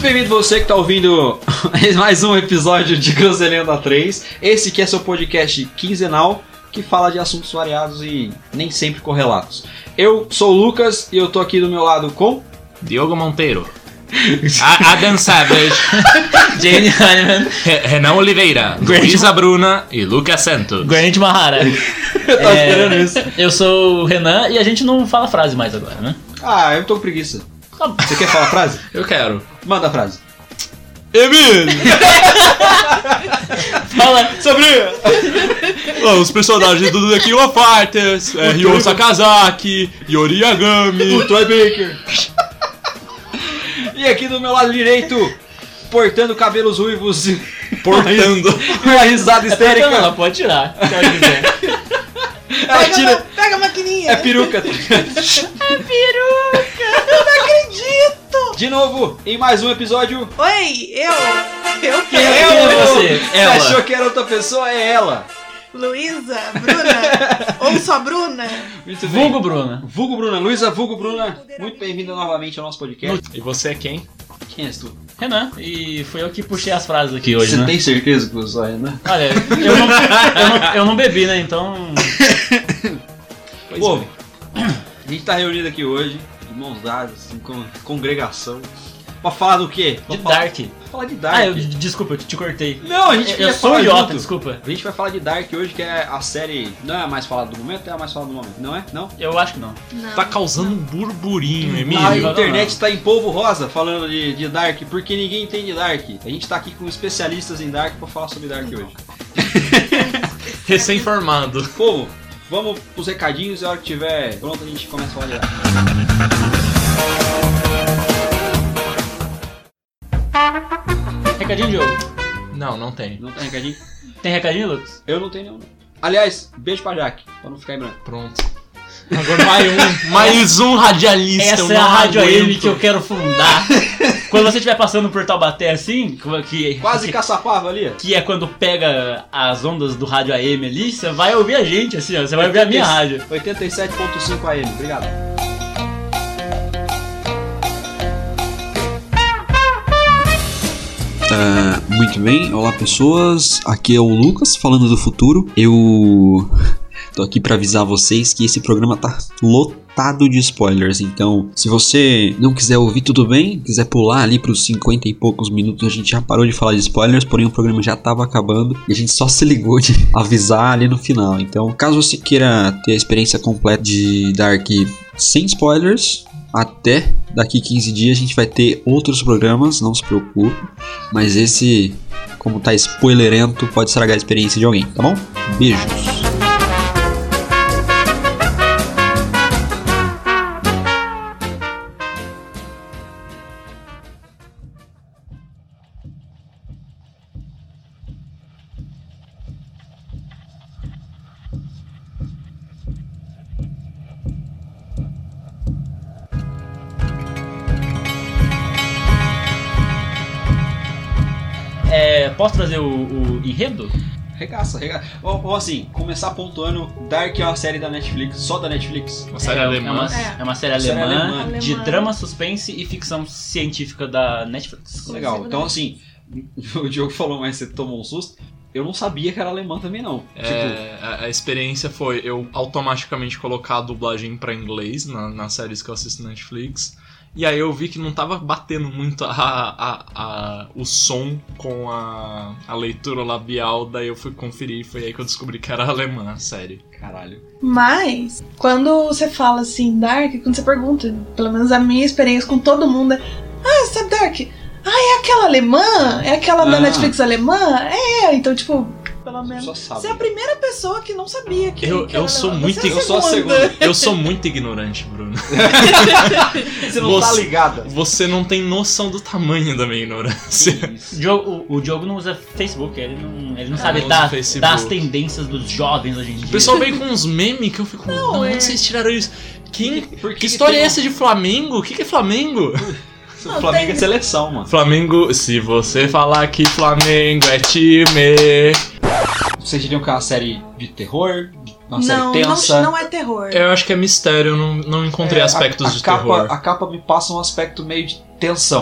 bem-vindo você que está ouvindo mais um episódio de Groselhando 3. Esse que é seu podcast quinzenal que fala de assuntos variados e nem sempre correlatos. Eu sou o Lucas e eu tô aqui do meu lado com... Diogo Monteiro, Adam Savage, Jane Hanneman, Renan Oliveira, Luísa Bruna e Lucas Santos. Grant Mahara. Eu tava esperando isso. Eu sou o Renan e a gente não fala frase mais agora, né? Ah, eu tô com preguiça. Você quer falar a frase? Eu quero. Manda a frase. Emílio! Fala Sobre... Os personagens do The King of Fighters, Ryo Sakazaki, Yori Yagami, o Troy Baker. E aqui do meu lado direito, portando cabelos ruivos. portando. Uma risada histérica. Ela pode tirar. Se ela quiser. Ela tira... Pega a maquininha. É peruca. É peruca. Eu não acredito. De novo, em mais um episódio. Oi, eu Quem é você? Você Ela. achou que era outra pessoa? É ela. Luísa, Bruna, ou só Bruna. Muito bem. Vulgo Bruna. Vulgo Bruna. Luísa Vulgo Bruna. Muito bem-vinda novamente ao nosso podcast. E você é quem? Quem és tu? Renan. E fui eu que puxei as frases aqui hoje, Você né? tem certeza que eu sou a Renan? Olha, eu não bebi, né? Então... Pois Pô, bem. a gente tá reunido aqui hoje, de mãos dadas, assim, com congregação. Pra falar do quê? De Pra Dark. falar de Dark. Desculpa, eu te cortei. Não, a gente Eu queria sou falar idiota, junto. desculpa. A gente vai falar de Dark hoje, que é a série... Não é a mais falada do momento? É a mais falada do momento, não é? Não? Eu acho que não. Não. Tá causando um burburinho, A Emílio. internet está em polvo rosa falando de Dark, porque ninguém entende Dark. A gente tá aqui com especialistas em Dark pra falar sobre Dark hoje. Recém-formado. Povo, vamos pros recadinhos e a hora que tiver pronto a gente começa a falar de Dark. Recadinho, Diogo. Não tem. Não tem recadinho? Tem recadinho, Lucas? Eu não tenho nenhum. Aliás, beijo pra Jaque, pra não ficar em branco. Pronto. Agora mais um radialista. Essa eu é a não rádio AM aguento. que eu quero fundar. Quando você estiver passando por Taubaté assim, Quase Caçapava ali, ó. que é quando pega as ondas do rádio AM ali, você vai ouvir a gente, assim, ó, você vai ouvir a minha rádio. 87.5 AM, obrigado. Muito bem, olá pessoas, aqui é o Lucas falando do futuro. Eu tô aqui pra avisar vocês que esse programa tá lotado de spoilers, então se você não quiser ouvir, tudo bem, quiser pular ali pros 50 e poucos minutos, a gente já parou de falar de spoilers, porém o programa já tava acabando e a gente só se ligou de avisar ali no final. Então caso você queira ter a experiência completa de Dark sem spoilers, até daqui 15 dias a gente vai ter outros programas, não se preocupe. Mas esse, como tá spoilerento, pode estragar a experiência de alguém, tá bom? Beijos. Posso trazer o enredo? Regaça. Ou assim, começar pontuando, Dark é uma série da Netflix, só da Netflix. Uma série alemã. É uma série Série alemã alemã. de drama, suspense e ficção científica da Netflix. Legal, então assim, o Diogo falou, mas você tomou um susto. Eu não sabia que era alemã também não. A experiência foi eu automaticamente colocar a dublagem pra inglês nas séries que eu assisto na Netflix. E aí eu vi que não tava batendo muito o som com a leitura labial, daí eu fui conferir e foi aí que eu descobri que era alemã a série. Caralho. Mas, quando você fala assim, Dark, quando você pergunta, pelo menos a minha experiência com todo mundo é: ah, sabe Dark? Ah, é aquela alemã? É aquela da Netflix alemã? É, então tipo, pelo menos Só sabe. você é a primeira pessoa que não sabia que Eu era sou alemã. muito Você é Eu sou a segunda. Eu sou muito ignorante, Bruno. Você não tá Você- ligada. Você não tem noção do tamanho da minha ignorância. Que isso. O Diogo não usa Facebook, ele não sabe não usa dar Facebook. as tendências dos jovens hoje em dia. O pessoal veio com uns memes que eu fico... Não, é- onde vocês tiraram isso? Por Que história tem é essa de Flamengo? O que é Flamengo? O Flamengo é seleção, mano. Flamengo... Se você falar que Flamengo é time... Vocês diriam que é uma série de terror? Uma série Não, tensa? não é terror. Eu acho que é mistério, eu não encontrei aspectos a de capa, terror. A capa me passa um aspecto meio de tensão.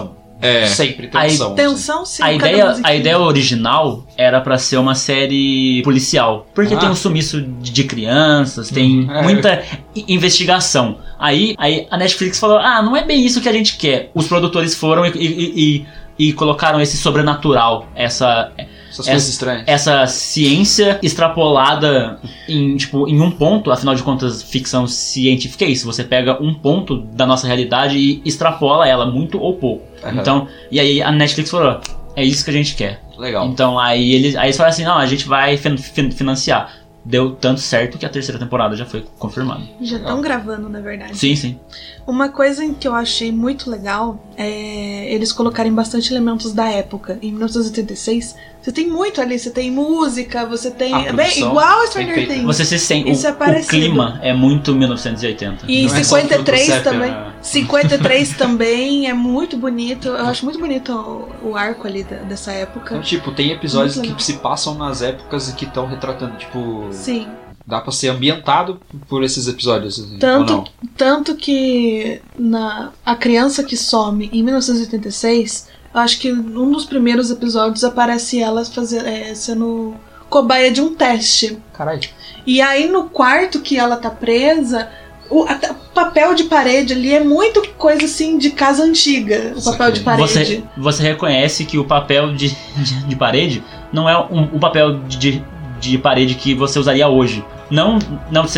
Sempre Aí, tensão. Tensão, sim. A ideia original era pra ser uma série policial. Porque tem um sumiço de crianças, tem muita investigação. Aí a Netflix falou, não é bem isso que a gente quer. Os produtores foram e colocaram esse sobrenatural, essas coisas estranhas. Essa ciência extrapolada em um ponto. Afinal de contas, ficção científica é isso. Você pega um ponto da nossa realidade e extrapola ela muito ou pouco. Então, e aí a Netflix falou, é isso que a gente quer. Legal. Então aí eles falaram assim, não, a gente vai financiar. Deu tanto certo que a terceira temporada já foi confirmada. Já estão gravando, na verdade. Sim. Uma coisa que eu achei muito legal é eles colocarem bastante elementos da época. Em 1986, você tem muito ali. Você tem música, você tem... igual a Stranger Things. Você se sente... O clima é muito 1980. E não 53 é também. 53 também é muito bonito. Eu acho muito bonito o arco ali dessa época. Então, tem episódios que se passam nas épocas e que estão retratando, Sim. Dá pra ser ambientado por esses episódios, assim, tanto que a criança que some em 1986, eu acho que um dos primeiros episódios aparece ela sendo cobaia de um teste. Caralho. E aí no quarto que ela tá presa, o papel de parede ali é muito coisa assim de casa antiga. O papel de parede. Você reconhece que o papel de parede não é o papel de parede que você usaria hoje. Não, você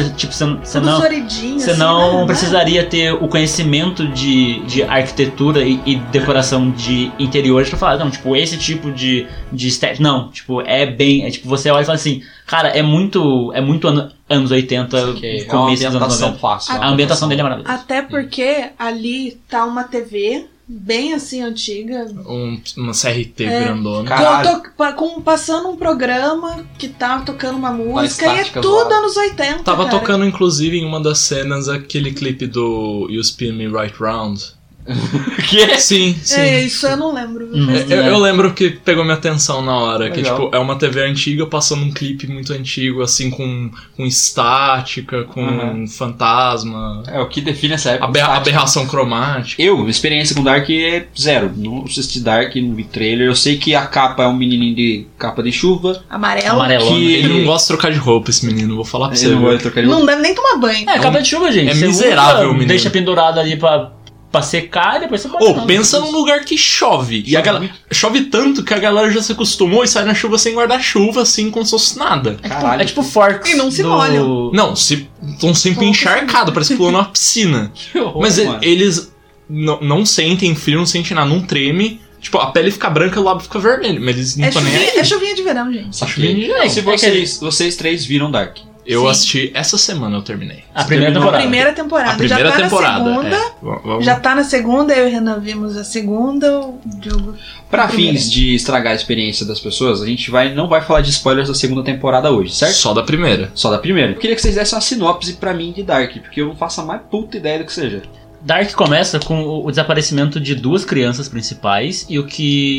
não precisaria ter o conhecimento de arquitetura e decoração de interiores pra falar, esse tipo de estética. Não, você olha e fala assim, cara, é muito anos 80, começo dos anos 90. Fácil. A ambientação dele é maravilhosa. Até porque ali tá uma TV bem assim antiga. Uma CRT grandona. Passando um programa que tá tocando uma música e é tudo anos 80. Tava tocando, inclusive, em uma das cenas aquele clipe do You Spin Me Right Round. Que? Sim. Isso eu não lembro. Eu lembro que pegou minha atenção na hora. Legal. Que é uma TV antiga passando um clipe muito antigo, assim, com estática, com fantasma. O que define essa época. Aberração cromática. Experiência com Dark é zero. Não assisti Dark, não vi trailer. Eu sei que a capa é um menininho de capa de chuva. Amarelão. Ele não gosta de trocar de roupa, esse menino, vou falar pra você. Não gosta de trocar de roupa. Não deve nem tomar banho. Capa de chuva, gente. É você miserável, menino. Deixa pendurado ali pra secar e depois você pode... Pensa num lugar que chove. Chove tanto que a galera já se acostumou e sai na chuva sem guarda-chuva, assim, como se fosse nada. Caralho. É tipo Forks. E não se molham. Não, estão sempre encharcados, parece pulando uma piscina. Que horror, mas mano. eles não sentem frio, não sentem nada, não treme. A pele fica branca e o lábio fica vermelho. Mas eles não estão nem aí. É chuvinha de verão, gente. Chuvinha de verão. Se vocês três viram Dark. Eu assisti essa semana, eu terminei. A primeira temporada. A primeira temporada. Na segunda. Já tá na segunda, eu e o Renan vimos a segunda. O Diogo. Pra fins de estragar a experiência das pessoas, a gente não vai falar de spoilers da segunda temporada hoje, certo? Só da primeira. Eu queria que vocês dessem uma sinopse pra mim de Dark, porque eu não faço a mais puta ideia do que seja. Dark começa com o desaparecimento de duas crianças principais e o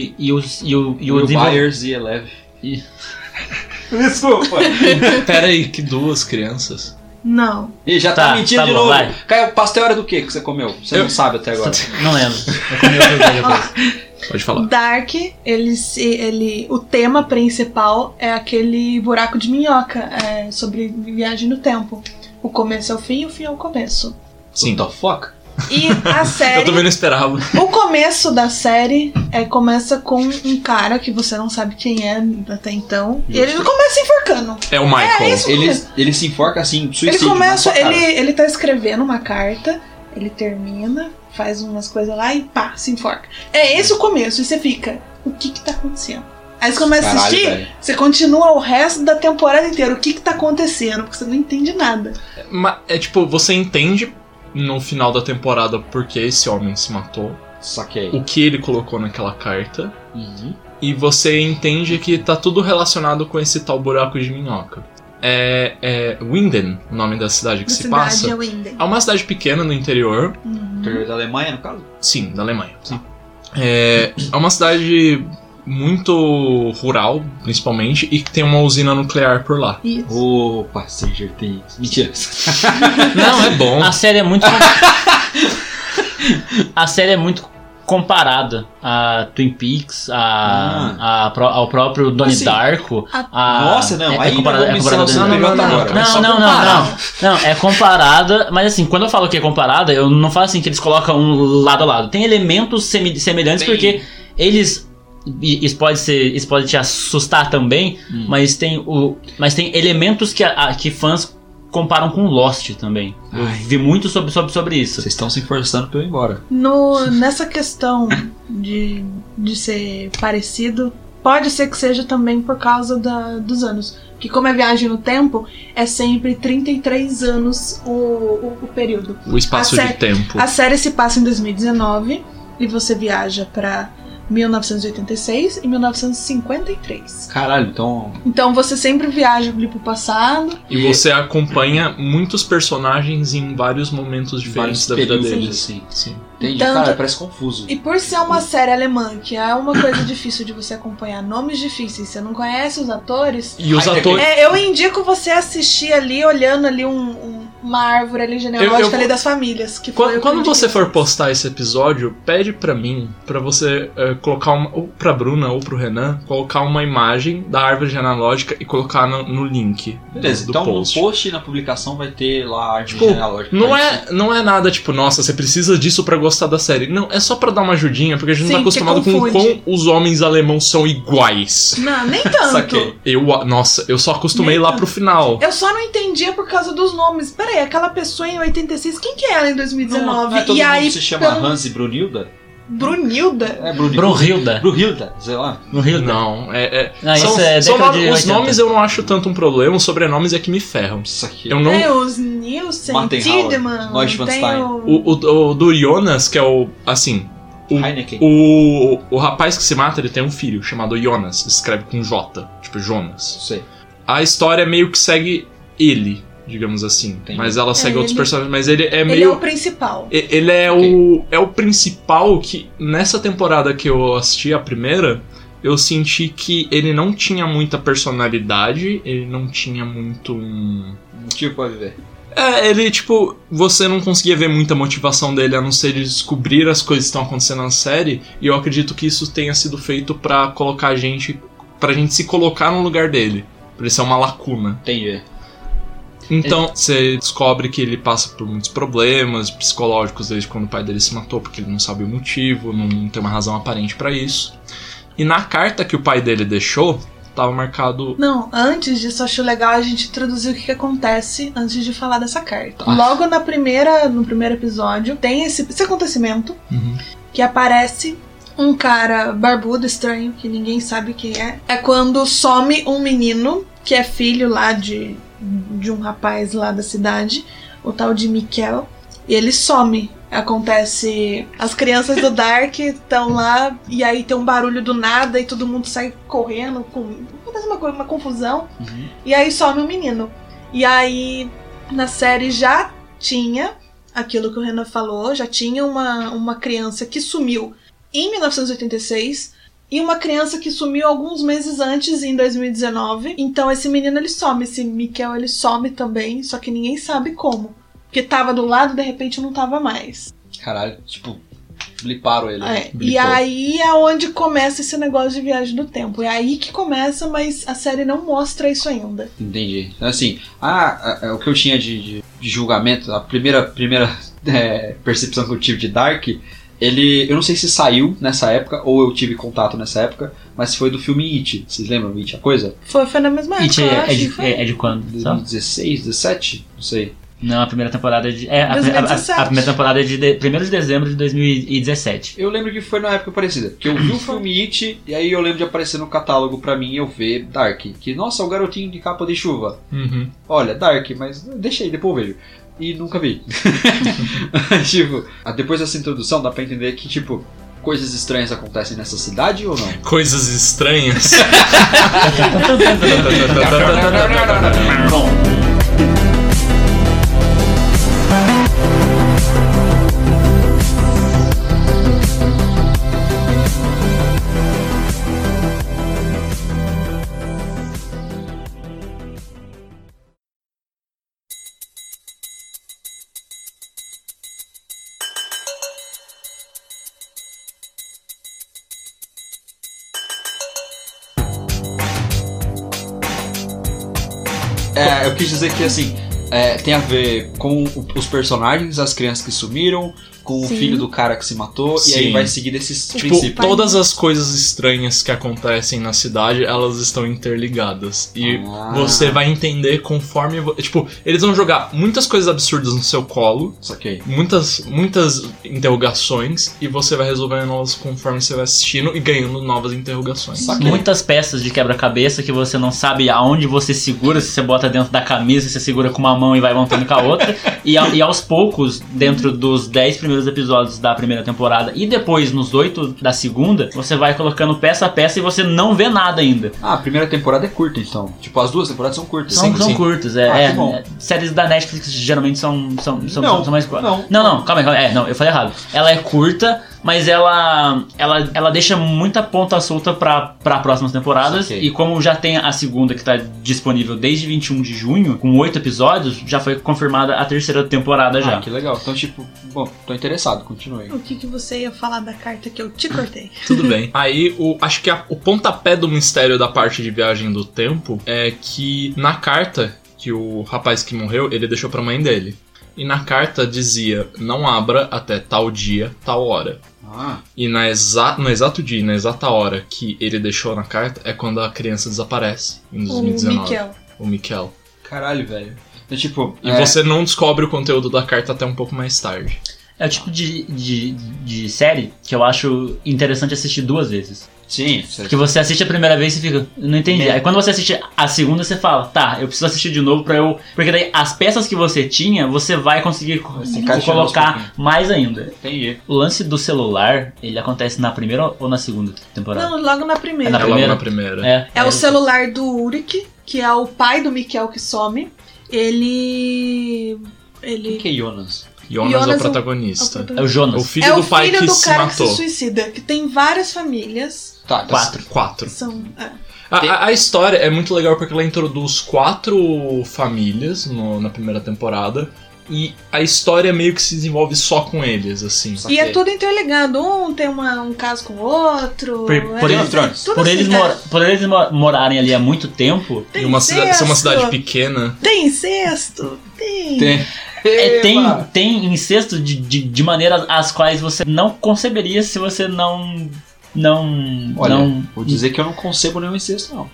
Byers e Eleven. Desculpa. Pera aí, que duas crianças? Não. E já tá mentindo de novo. Vai. Caio, pastel era do que você comeu? Você não sabe até agora. Não lembro. Eu comi outro dia depois. Pode falar. Dark, o tema principal é aquele buraco de minhoca, sobre viagem no tempo. O começo é o fim e o fim é o começo. Sim. What the fuck? E a série... Eu também não esperava. O começo da série começa com um cara que você não sabe quem é até então. E ele começa enforcando. É o Michael. Ele se enforca assim, suicídio. Ele começa, ele tá escrevendo uma carta, ele termina, faz umas coisas lá e pá, se enforca. É esse o começo, e você fica, o que tá acontecendo? Aí você começa a assistir, velho. Você continua o resto da temporada inteira, o que tá acontecendo, porque você não entende nada. Você entende no final da temporada porque esse homem se matou. Saquei. O que ele colocou naquela carta. E você entende que tá tudo relacionado com esse tal buraco de minhoca. É Winden, o nome da cidade que se passa. É uma cidade pequena no interior. Interior da Alemanha, no caso? Sim, da Alemanha. Sim. É uma cidade muito rural, principalmente, e que tem uma usina nuclear por lá. Opa, Stranger Things. Mentira. Não, é bom. A série é muito... A série é muito comparada a Twin Peaks, ao próprio Donnie Assim, Darko. Nossa, não, aí comparada, não vou mencionar o não, agora. não, é comparada, mas assim, quando eu falo que é comparada, eu não falo assim que eles colocam um lado a lado. Tem elementos semelhantes porque eles... Isso pode te assustar também, mas tem elementos que fãs comparam com Lost também. Eu vi muito sobre isso. Vocês estão se forçando pra eu ir embora. Nessa questão de ser parecido, pode ser que seja também por causa dos anos. Que como é viagem no tempo, é sempre 33 anos o período. O espaço de tempo. A série se passa em 2019 e você viaja pra 1986 e 1953. Caralho, então... Então você sempre viaja ali pro passado. E você acompanha muitos personagens em vários momentos diferentes da vida deles. Assim. Sim. Entendi, Tanto... cara, parece confuso. E por ser uma série alemã, que é uma coisa difícil de você acompanhar, nomes difíceis, você não conhece os atores... E os atores... eu indico você assistir ali, olhando ali uma árvore ali genealógica ali das famílias. Que quando você for postar esse episódio, pede pra mim, pra você colocar ou pra Bruna ou pro Renan, colocar uma imagem da árvore genealógica e colocar no link. Beleza, do então post. no post e na publicação vai ter lá a árvore Tipo, genealógica. não é nada tipo, nossa, você precisa disso pra gostar da série. Não, é só pra dar uma ajudinha, porque a gente não tá acostumado com como os homens alemãos são iguais. Não, nem tanto. Eu só acostumei lá pro final. Eu só não entendia por causa dos nomes. Peraí, aquela pessoa em 86, quem que é ela em 2019? Não é todo e mundo aí se chama Hans e Brunilda? Brunilda? É Brunhilda, sei lá. Brunhilda. Não, Os nomes eu não acho tanto um problema, os sobrenomes é que me ferram. Isso aqui. Eu não... Tem os Nielsen, Tiedemann, tem o do Jonas, que é o... Assim... Heineken. O rapaz que se mata, ele tem um filho chamado Jonas, escreve com J, tipo Jonas. Sei. A história meio que segue ele, digamos assim. Entendi. Mas ela segue outros personagens, mas ele é meio... Ele é o principal. Ele é o principal que, nessa temporada que eu assisti, a primeira, eu senti que ele não tinha muita personalidade, ele não tinha muito Motivo pra viver. Ele, tipo, você não conseguia ver muita motivação dele, a não ser de descobrir as coisas que estão acontecendo na série, e eu acredito que isso tenha sido feito pra colocar pra gente se colocar no lugar dele. Por isso é uma lacuna. Entendi. Então, você descobre que ele passa por muitos problemas psicológicos desde quando o pai dele se matou, porque ele não sabe o motivo, não tem uma razão aparente pra isso. E na carta que o pai dele deixou, tava marcado... Não, antes disso, acho legal a gente introduzir o que acontece antes de falar dessa carta. Logo no primeiro episódio, tem esse acontecimento, que aparece um cara barbudo, estranho, que ninguém sabe quem é. É quando some um menino, que é filho lá de um rapaz lá da cidade, o tal de Mikkel, e ele some. Acontece, as crianças do Dark estão lá e aí tem um barulho do nada e todo mundo sai correndo, acontece uma confusão, e aí some o menino. E aí na série já tinha aquilo que o Renan falou, já tinha uma criança que sumiu em 1986 e uma criança que sumiu alguns meses antes, em 2019. Então esse menino ele some, esse Mikkel ele some também, só que ninguém sabe como. Porque tava do lado, de repente não tava mais. Caralho, tipo, bliparam ele. E aí é onde começa esse negócio de viagem no tempo. É aí que começa, mas a série não mostra isso ainda. Entendi. Assim, o que eu tinha de julgamento, a primeira percepção que eu tive de Dark, eu não sei se saiu nessa época, ou eu tive contato nessa época, mas foi do filme It. Vocês lembram do It, a coisa? Foi na mesma época, It é de quando? 2016, 17? Não sei. Não, a primeira temporada é de... a primeira temporada é de 1º de dezembro de 2017. Eu lembro que foi na época parecida. Que eu vi o filme It, e aí eu lembro de aparecer no catálogo pra mim e eu ver Dark. Que, nossa, o garotinho de capa de chuva. Olha, Dark, mas deixa aí, depois eu vejo. E nunca vi. Tipo, depois dessa introdução dá pra entender que, tipo, coisas estranhas acontecem nessa cidade ou não? Coisas estranhas? Bom... eu quis dizer que, assim, tem a ver com os personagens, as crianças que sumiram, com o filho do cara que se matou, e aí vai seguir desses princípios. Todas as coisas estranhas que acontecem na cidade, elas estão interligadas. E você vai entender conforme... Tipo, eles vão jogar muitas coisas absurdas no seu colo. Saquei. Muitas interrogações, e você vai resolvendo elas conforme você vai assistindo e ganhando novas interrogações. Saquei. Muitas peças de quebra-cabeça que você não sabe aonde você segura, se você bota dentro da camisa, você segura com uma mão e vai montando com a outra. e aos poucos, dentro dos 10 primeiros episódios da primeira temporada e depois nos 8 da segunda, você vai colocando peça a peça e você não vê nada ainda. A primeira temporada é curta, então. Tipo, as 2 temporadas são curtas. São curtas, séries da Netflix geralmente são mais curtas. Não, calma aí. Eu falei errado. Ela é curta, mas ela deixa muita ponta solta pra próximas temporadas. Okay. E como já tem a segunda que tá disponível desde 21 de junho, com 8 episódios, já foi confirmada a terceira temporada já. Que legal. Então, tipo, bom, tô interessado, continue. O que você ia falar da carta que eu te cortei? Tudo bem. Aí, acho que o pontapé do mistério da parte de viagem do tempo é que na carta que o rapaz que morreu, ele deixou pra mãe dele. E na carta dizia, não abra até tal dia, tal hora. E no exato dia, na exata hora que ele deixou na carta, é quando a criança desaparece, em 2019. O Mikel. Caralho, velho. É tipo... E você não descobre o conteúdo da carta até um pouco mais tarde. É o tipo de série que eu acho interessante assistir 2 vezes. Sim. Porque você assiste a primeira vez e fica, não entendi. Aí quando você assiste a segunda, você fala, tá, eu preciso assistir de novo pra eu... Porque daí as peças que você tinha, você vai conseguir colocar mais ainda. Entendi. O lance do celular, ele acontece na primeira ou na segunda temporada? Não, logo na primeira. Logo na primeira. É o celular do Ulrich, que é o pai do Mikel que some. Ele... Quem que é Jonas? Jonas é o protagonista. É o Jonas. O filho do pai que se matou. É o filho do cara que se suicida, que tem várias famílias. Tá, 4. São... A história é muito legal porque ela introduz 4 famílias na primeira temporada. E a história meio que se desenvolve só com eles, assim. E é tudo interligado. Um tem um caso com o outro. Por eles morarem ali há muito tempo. Tem ser uma cidade pequena. Tem incesto. Tem incesto de maneiras as quais você não conceberia se você não... Vou dizer que eu não concebo nenhum incesto, não.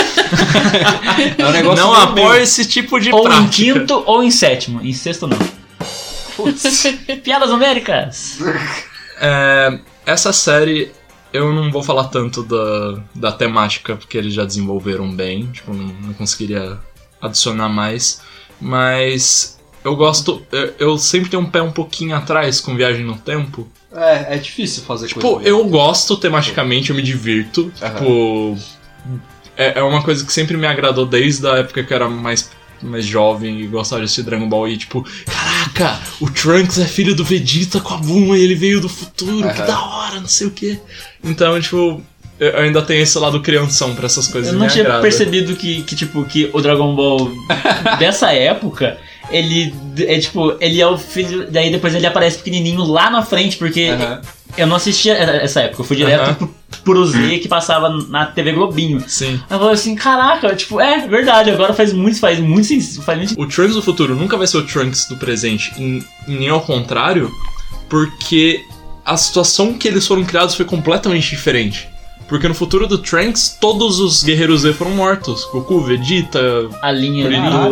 É um negócio não apoio esse tipo de ou prática. Ou em 5º ou em 7º. Incesto não. Piadas numéricas. Essa série, eu não vou falar tanto da temática, porque eles já desenvolveram bem. Tipo, não conseguiria adicionar mais. Mas eu gosto... Eu sempre tenho um pé um pouquinho atrás com Viagem no Tempo. É difícil fazer coisa. Tipo, eu gosto tematicamente, eu me divirto. Tipo, é uma coisa que sempre me agradou desde a época que eu era mais jovem e gostava de assistir Dragon Ball. E tipo, caraca, o Trunks é filho do Vegeta com a Bulma e ele veio do futuro, que da hora, não sei o que. Então, tipo, eu ainda tenho esse lado crianção pra essas coisas. Eu não tinha percebido que o Dragon Ball dessa época... Ele é o filho. Daí depois ele aparece pequenininho lá na frente, porque eu não assistia essa época, eu fui direto pro Z que passava na TV Globinho. Sim. Eu falei assim, caraca, tipo, é verdade, agora faz muito sentido. O Trunks do futuro nunca vai ser o Trunks do presente, nem ao contrário, porque a situação que eles foram criados foi completamente diferente. Porque no futuro do Trunks, todos os guerreiros Z foram mortos. Goku, Vegeta, a linha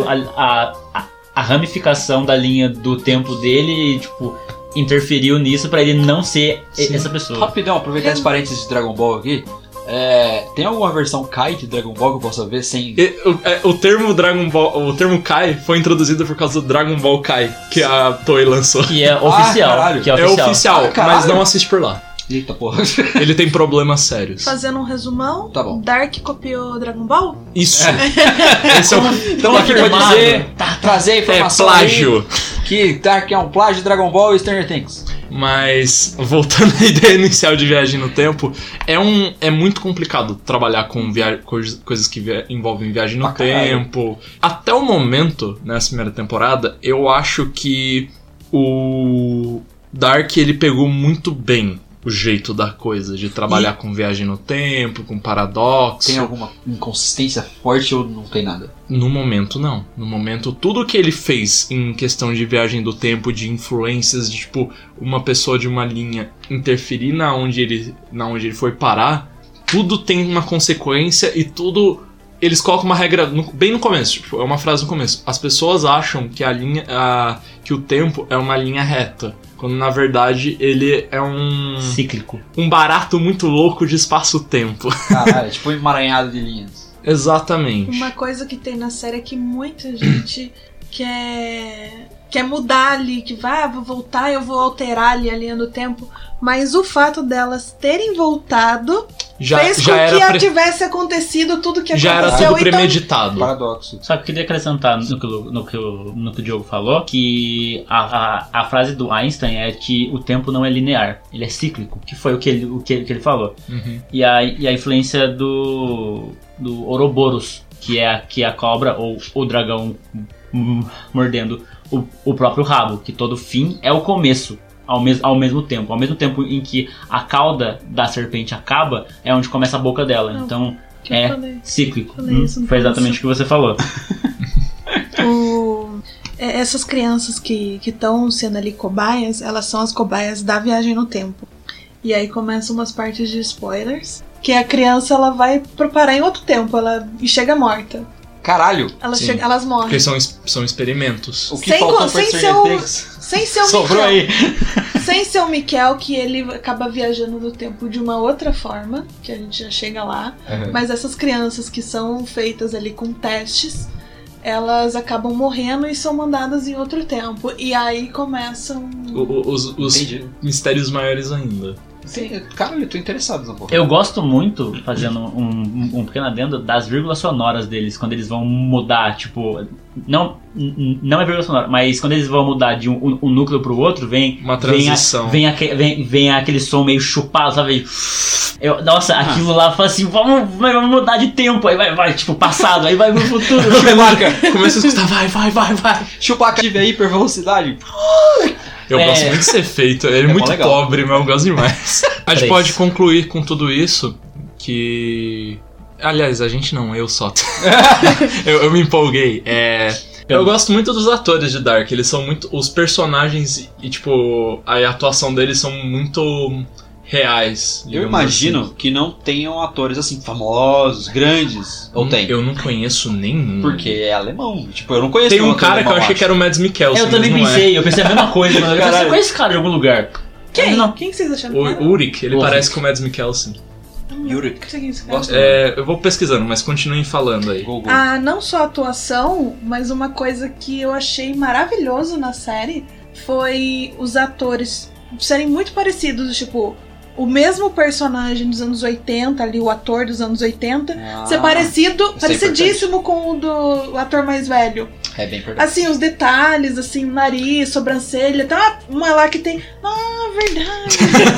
a ramificação da linha do tempo dele, tipo, interferiu nisso pra ele não ser essa pessoa. Rapidão, aproveitar esse parênteses de Dragon Ball aqui. Tem alguma versão Kai de Dragon Ball que eu possa ver sem... O termo Dragon Ball, o termo Kai foi introduzido por causa do Dragon Ball Kai, que a Toei lançou. Que é oficial. É oficial, mas não assiste por lá. Eita porra. Ele tem problemas sérios. Fazendo um resumão, tá bom. Dark copiou Dragon Ball? Isso. Esse é o... Então aqui pra dizer, trazer a informação plágio. Que Dark é um plágio de Dragon Ball e Stranger Things. Mas, voltando à ideia inicial de Viagem no Tempo, é muito complicado trabalhar com coisas que envolvem viagem no tempo. Até o momento, nessa primeira temporada, eu acho que o Dark, ele pegou muito bem o jeito da coisa, de trabalhar com viagem no tempo, com paradoxo. Tem alguma inconsistência forte ou não tem nada? No momento, não. No momento, tudo que ele fez em questão de viagem do tempo, de influências, de tipo, uma pessoa de uma linha interferir na onde ele foi parar, tudo tem uma consequência e tudo... Eles colocam uma regra bem no começo, tipo, é uma frase no começo. As pessoas acham que que o tempo é uma linha reta, quando na verdade ele é um... cíclico. Um barato muito louco de espaço-tempo. Caralho, é tipo um emaranhado de linhas. Exatamente. Uma coisa que tem na série é que muita gente quer mudar ali, que vou voltar, eu vou alterar ali a linha do tempo, mas o fato delas terem voltado fez com que tivesse acontecido tudo que já aconteceu. Já era tudo premeditado. Paradoxo. Só que eu queria acrescentar no que o Diogo falou, que a frase do Einstein é que o tempo não é linear, ele é cíclico, que foi o que ele falou. Uhum. E a influência do Ouroboros, que é a cobra ou o dragão mordendo o próprio rabo, que todo fim é o começo. Ao mesmo tempo em que a cauda da serpente acaba, é onde começa a boca dela. Então cíclico. Foi exatamente o que você falou. Essas crianças que estão sendo ali cobaias, elas são as cobaias da viagem no tempo. E aí começam umas partes de spoilers, que a criança ela vai parar em outro tempo, e chega morta. Caralho! Elas morrem. Porque são experimentos. O que faltou pra sem ser o sobrou aí. Sem ser o Miquel, que ele acaba viajando no tempo de uma outra forma, que a gente já chega lá. Uhum. Mas essas crianças que são feitas ali com testes, elas acabam morrendo e são mandadas em outro tempo. E aí começam... Os mistérios maiores ainda. Sim. Cara, eu tô interessado nessa porra. Eu gosto muito, fazendo um pequeno adendo, das vírgulas sonoras deles, quando eles vão mudar, tipo... Não é vírgula sonora, mas quando eles vão mudar de um núcleo pro outro, vem... Uma transição. Vem aquele som meio chupado, sabe? Nossa, aquilo lá fala assim, vamos mudar de tempo, aí vai, tipo, passado, aí vai pro futuro. Chewbacca, começa a escutar, vai. Chewbacca tive a hipervelocidade. Eu gosto muito de ser feito, ele é muito legal. pobre, mas eu gosto demais. A gente pode concluir com tudo isso que... Aliás, a gente não, eu só. eu me empolguei. Eu gosto muito dos atores de Dark, eles são muito... Os personagens e, tipo, a atuação deles são muito reais. Eu imagino assim. que não tenham atores assim, famosos, grandes. Ou tem? Eu não conheço nenhum. Porque é alemão. Tipo, eu não conheço Tem um cara que eu achei que era o Mads Mikkelsen. Eu também pensei, eu pensei a mesma coisa, mano. Eu pensei, conhece esse cara de algum lugar? Quem? Não. Quem que vocês acharam? O Ulrich, ele parece com o Mads Mikkelsen. Yurik. Gosto. Eu vou pesquisando, mas continuem falando aí. Google. Não só a atuação, mas uma coisa que eu achei maravilhoso na série foi os atores serem muito parecidos, tipo, o mesmo personagem dos anos 80, ali o ator dos anos 80, ser parecidíssimo com o do ator mais velho. É bem verdade. Assim, os detalhes, assim, nariz, sobrancelha, tem uma lá que tem... verdade.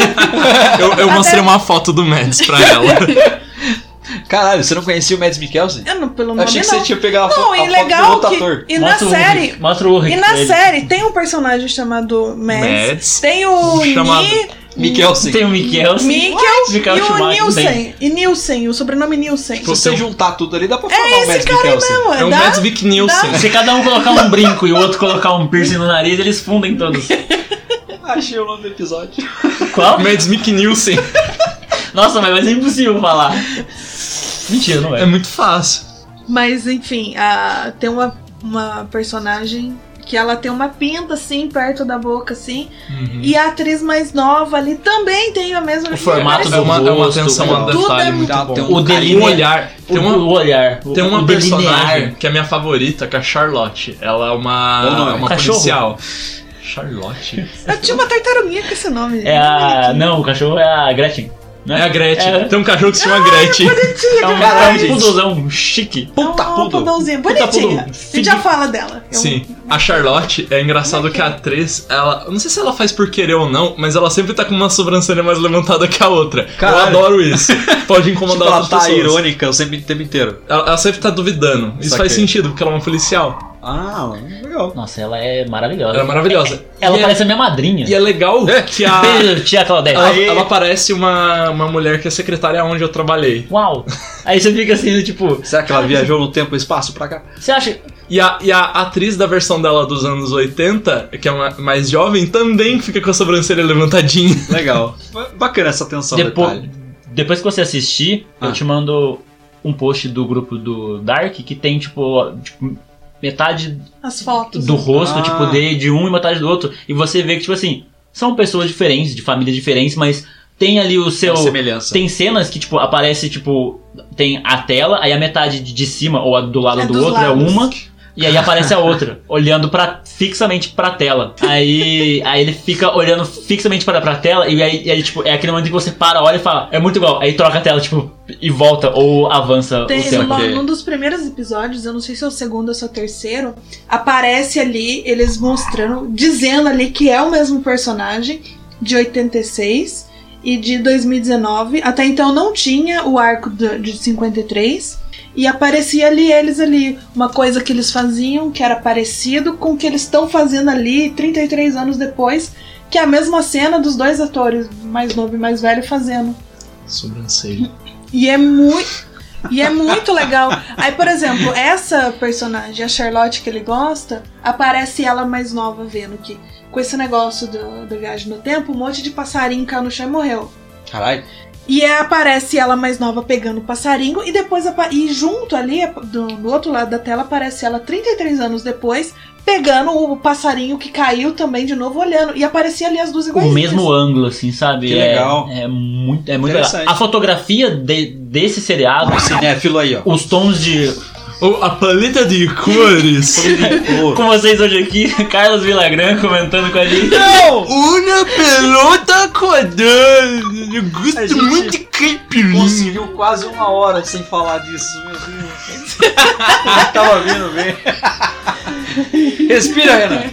eu mostrei uma foto do Mads pra ela. Caralho, você não conhecia o Mads Mikkelsen? Eu não, pelo nome achei que não. você tinha pegado a foto do outro ator. E na série... Mostra o Ulrich. E na série tem um personagem chamado Mads. Tem o Mikkelsen. Tem o Mikkelsen. E o Nielsen. E Nielsen, o sobrenome Nielsen. Se você juntar tudo ali, dá pra formar o Mads cara Mikkelsen. mesmo, É o Mads Mikkelsen. Se cada um colocar um brinco e o outro colocar um piercing no nariz, eles fundem todos. Achei o nome do episódio. Qual? Mads Mikkelsen. Nossa, mas é impossível falar. Mentira, não é. É muito fácil. Mas enfim, tem uma personagem que ela tem uma pinta assim, perto da boca assim. Uhum. E a atriz mais nova ali também tem a mesma... O formato é uma rosto, atenção a detalhe muito bom. Tem o olhar. O olhar. Tem uma personagem delinear. que é minha favorita, que é a Charlotte. Ela é uma policial. Charlotte? Eu tinha uma tartaruguinha com esse nome. Não, o cachorro é a Gretchen. Né? É a Gretchen. Tem um cachorro que se chama Gretchen. É um pudozão chique. Puta pudolzinha, bonitinha. A gente já fala dela. Sim. A Charlotte, é engraçado que a atriz, ela... Não sei se ela faz por querer ou não, mas ela sempre tá com uma sobrancelha mais levantada que a outra. Caralho. Eu adoro isso. Pode incomodar tipo, outras ela tá pessoas. irônica o tempo inteiro. Ela sempre tá duvidando. Isso faz sentido, porque ela é uma policial. Ah, legal. Nossa, ela é maravilhosa. Ela é maravilhosa. Ela parece a minha madrinha. E é legal que a... Beijo, tia Claudete. Ela parece uma mulher que é secretária onde eu trabalhei. Uau. Aí você fica assim, tipo... Será que ela viajou no tempo e espaço pra cá? Você acha... E a atriz da versão dela dos anos 80, que é mais jovem, também fica com a sobrancelha levantadinha. Legal. Bacana essa atenção ao detalhe. Depois que você assistir, eu te mando um post do grupo do Dark que tem, tipo metade As fotos do rosto, tipo, de um e metade do outro. E você vê que, tipo assim, são pessoas diferentes, de famílias diferentes, mas tem ali o seu... semelhança. Tem cenas que, tipo, aparece, tipo, tem a tela, aí a metade de cima ou a do lado do outro lados. é uma... E aí aparece a outra, olhando fixamente pra tela. Aí ele fica olhando fixamente pra tela, e aí, tipo, é aquele momento que você para, olha e fala, é muito igual. Aí troca a tela, tipo, e volta, ou avança o tempo. Num dos primeiros episódios, eu não sei se é o segundo ou se é o terceiro, aparece ali, eles mostrando, dizendo ali que é o mesmo personagem de 86 e de 2019. Até então não tinha o arco de 53. E aparecia eles ali, uma coisa que eles faziam que era parecido com o que eles estão fazendo ali 33 anos depois, que é a mesma cena dos dois atores, mais novo e mais velho, fazendo. Sobrancelha. E é muito legal. Aí, por exemplo, essa personagem, a Charlotte que ele gosta, aparece ela mais nova vendo que com esse negócio do viagem no tempo, um monte de passarinho caiu no chão e morreu. Caralho. E aparece ela mais nova pegando o passarinho, e depois e junto ali, do outro lado da tela, aparece ela 33 anos depois, pegando o passarinho que caiu também de novo, olhando. E aparecia ali as duas iguais. O mesmo ângulo, assim, sabe? Que legal. É muito legal. A fotografia desse seriado... O cinéfilo aí, ó. Os tons de... A paleta de cores. Com vocês hoje aqui, Carlos Villagrán comentando com a gente. Não! Uma pelota codando. Eu gosto muito de caipirinha. Conseguiu quase uma hora sem falar disso, meu Deus. Eu tava vindo bem. Respira, Renan.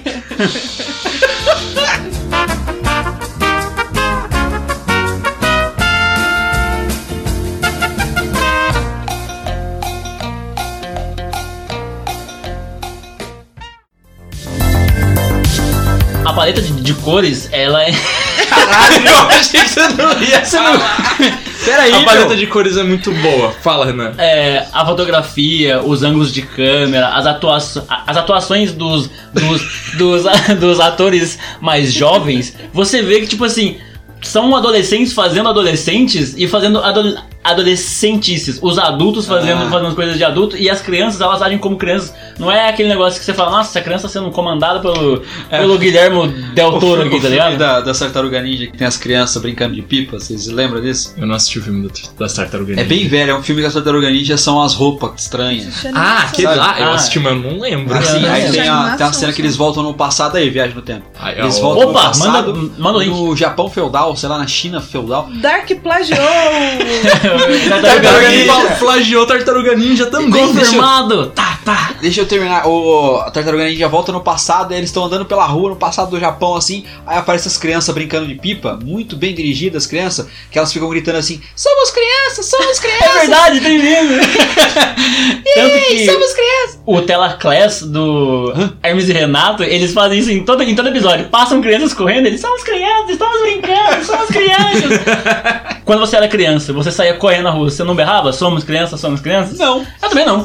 A paleta de cores, ela é... Caralho, eu achei que você não ia falar. Peraí, A paleta de cores é muito boa. Fala, Renan. A fotografia, os ângulos de câmera, as atuações dos atores mais jovens, você vê que, tipo assim, são adolescentes fazendo adolescentes e fazendo adolescentices. Os adultos fazendo coisas de adulto, e as crianças, elas agem como crianças. Não é aquele negócio que você fala, nossa, essa criança sendo comandada pelo Guilherme Del Toro aqui, tá ligado? Da Tartaruga Ninja, que tem as crianças brincando de pipa, vocês lembram disso? Eu não assisti o filme da Tartaruga Ninja. É bem velho, é um filme que as Tartaruga Ninja são as roupas estranhas. Ah, aquele lá, eu Ah. assisti, mas eu não lembro. Assim, não aí lembro. tem uma Animação, cena que eles voltam no passado aí, viagem no tempo. Eles ó, voltam no Opa, passado, manda o link. no Japão feudal, sei lá, na China feudal. Dark plagiou! Tartaruga Ninja flagiou Tartaruga Ninja também. Confirmado! Tá. Deixa eu terminar. A Tartaruga Ninja volta no passado, e eles estão andando pela rua no passado do Japão, assim. Aí aparecem as crianças brincando de pipa, muito bem dirigidas, crianças, que elas ficam gritando assim: somos crianças, somos crianças! É verdade, tem mesmo! Tanto que Somos crianças! o Telaclass do Hermes e Renato, eles fazem isso em todo episódio. Passam crianças correndo, eles somos crianças, estamos brincando, somos crianças! Quando você era criança, você saía correndo na rua, você não berrava? Somos crianças, somos crianças? Não. Eu também não.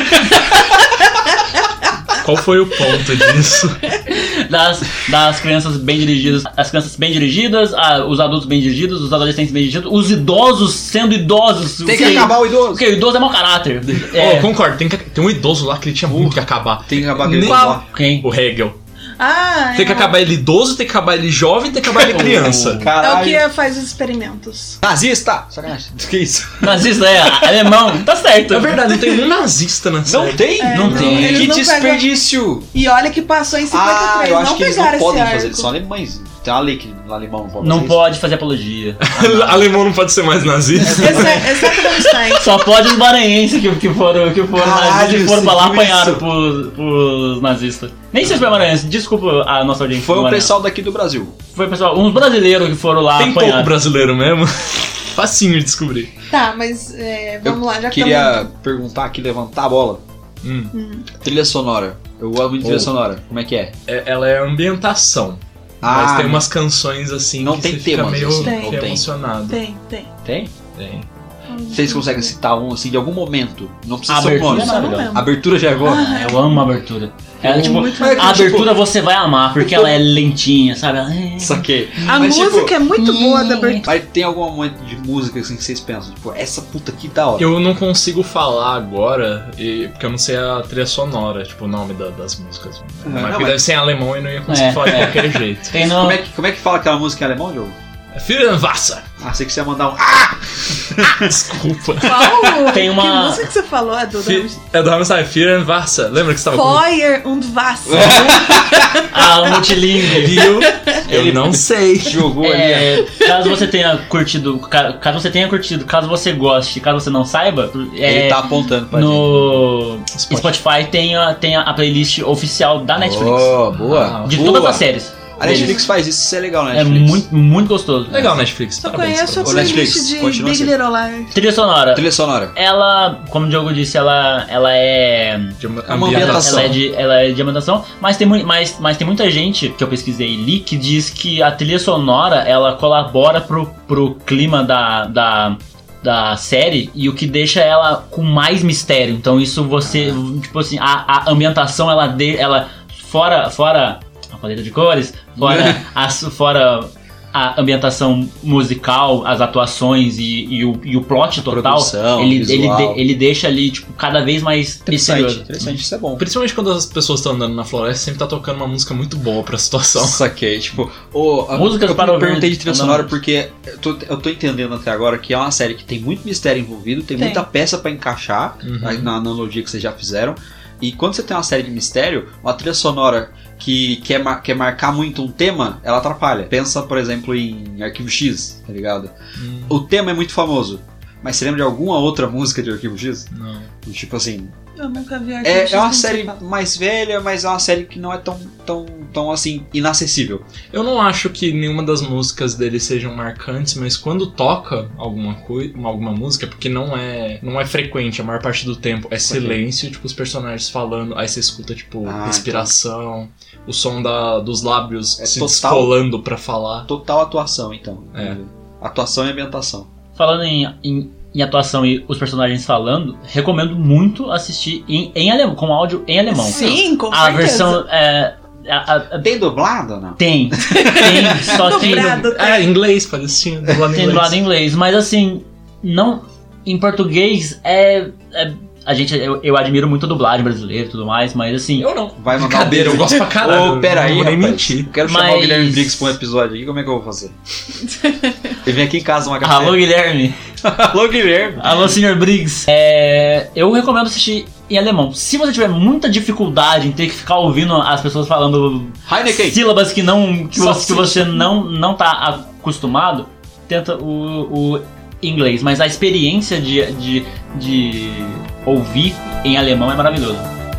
Qual foi o ponto disso? Das crianças bem dirigidas, as crianças bem dirigidas, os adultos bem dirigidos, os adolescentes bem dirigidos, os idosos sendo idosos. Tem que acabar o idoso. Porque o idoso é mau caráter. Oh, concordo, tem um idoso lá que ele tinha muito que acabar. Tem que acabar aquele Qual? lá. Quem? O Hegel. Tem que acabar ele idoso, tem que acabar ele jovem, tem que acabar ele criança. É o Caralho. que faz os experimentos. Nazista! Sacanagem. Que isso? Nazista alemão, tá certo. É verdade, não tem um nazista na série. Não tem? Não tem. Eles Que não desperdício! E olha que passou em 53, Eu acho não que eles pegaram não esse podem arco. fazer, eles são alemães. Tem uma lei que no alemão não pode Não fazer pode fazer apologia. Alemão não pode ser mais nazista. Exceto do Einstein. Só pode os maranhenses que foram Caralho, nazistas e foram pra lá você viu apanharam isso? pros nazistas. Nem sei se foi maranhense, desculpa a nossa audiência. isso. Foi do o Maranhão. pessoal daqui do Brasil. Foi pessoal, uns brasileiros que foram lá Tem pouco apanhar. brasileiro mesmo. Facinho de descobrir. Tá, mas vamos lá, já que Queria perguntar aqui, levantar a bola. Hum. Trilha sonora. Eu gosto muito de trilha sonora. Como é que é? Ela é ambientação. Mas tem umas canções assim não que tem você fica temas, meio assim, emocionado. Tem. Tem? Tem. Vocês conseguem citar um assim de algum momento? Não precisa ser um Abertura nome. é maravilhosa. A abertura já é boa. Eu amo a abertura. Ela, tipo, muito a legal. abertura Tipo, você vai amar, porque ela é lentinha, sabe? Saquei. A Mas, música tipo, é muito boa da abertura. Mas tem algum momento de música assim que vocês pensam, tipo, essa puta que da hora. Eu não consigo falar agora, porque eu não sei a trilha sonora, tipo, o nome das músicas. Porque deve ser em alemão e não ia conseguir falar de qualquer jeito. Tem no... Como é que fala aquela música em alemão, Diogo? Fürstenwasser! Ah, sei que você ia mandar um ah! Desculpa. Qual? Tem uma- Que música que você falou? É do É do Rammstein, Fürstenwasser. Lembra que você tava Feuer und Wasser. Ah, multilingue. Viu? Eu não sei. Jogou ali. Caso você tenha curtido, caso você goste, caso você não saiba, Ele tá apontando pra gente. no Spotify tem a playlist oficial da Netflix. Oh, boa. De Boa. todas as séries. A Netflix faz isso é legal, né? É muito, muito gostoso. Legal, Netflix. Só Parabéns conheço a pra Ô, você. Netflix, playlist de continua Big assim. Little Lies. Trilha sonora. Trilha sonora. Ela, como o Diogo disse, ela é De uma ambientação. ela é de ambientação, mas tem muita gente que eu pesquisei e li que diz que a trilha sonora ela colabora pro clima da série e o que deixa ela com mais mistério. Então isso você, tipo assim, a ambientação ela fora a paleta de cores, fora a ambientação musical, as atuações e o plot total, produção, ele deixa ali tipo cada vez mais misterioso. Interessante, isso é bom. Principalmente quando as pessoas estão andando na floresta, sempre tá tocando uma música muito boa pra situação. Saquei, tipo, Músicas eu para ouvir perguntei de trilha andando. sonora porque eu tô entendendo até agora que é uma série que tem muito mistério envolvido, tem muita peça pra encaixar, na analogia que vocês já fizeram. E quando você tem uma série de mistério, uma trilha sonora que quer marcar muito um tema, ela atrapalha. Pensa, por exemplo, em Arquivo X, tá ligado? O tema é muito famoso, mas você lembra de alguma outra música de Arquivo X? Não. Tipo assim, Eu nunca vi é uma série mais velha, mas é uma série que não é tão assim, inacessível. Eu não acho que nenhuma das músicas dele sejam marcantes, mas quando toca alguma música, porque não é frequente, a maior parte do tempo é silêncio, tipo os personagens falando, aí você escuta tipo respiração, o som dos lábios se descolando pra falar. Total atuação, então. É. Atuação e ambientação. Falando em atuação e os personagens falando, recomendo muito assistir em alemão, com áudio em alemão. Sim, com A certeza. versão Tem dublado ou não? tem, só tem Dobrado, tem. Inglês, parecia. tem dublado em inglês, mas assim, não em português eu admiro muito a dublagem brasileira e tudo mais, mas assim, Eu não. Vai mandar Brincadeira, eu gosto pra caralho. Ô, peraí, não vou nem rapaz. mentir. Eu quero chamar Mas- o Guilherme Briggs pra um episódio aqui, como é que eu vou fazer? Ele vem aqui em casa uma café. alô Guilherme, Alô, Guilherme. alô Sr. Briggs, eu recomendo assistir em alemão. Se você tiver muita dificuldade em ter que ficar ouvindo as pessoas falando Heineken. sílabas que você não tá acostumado, tenta o inglês, mas a experiência de ouvir em alemão é maravilhoso.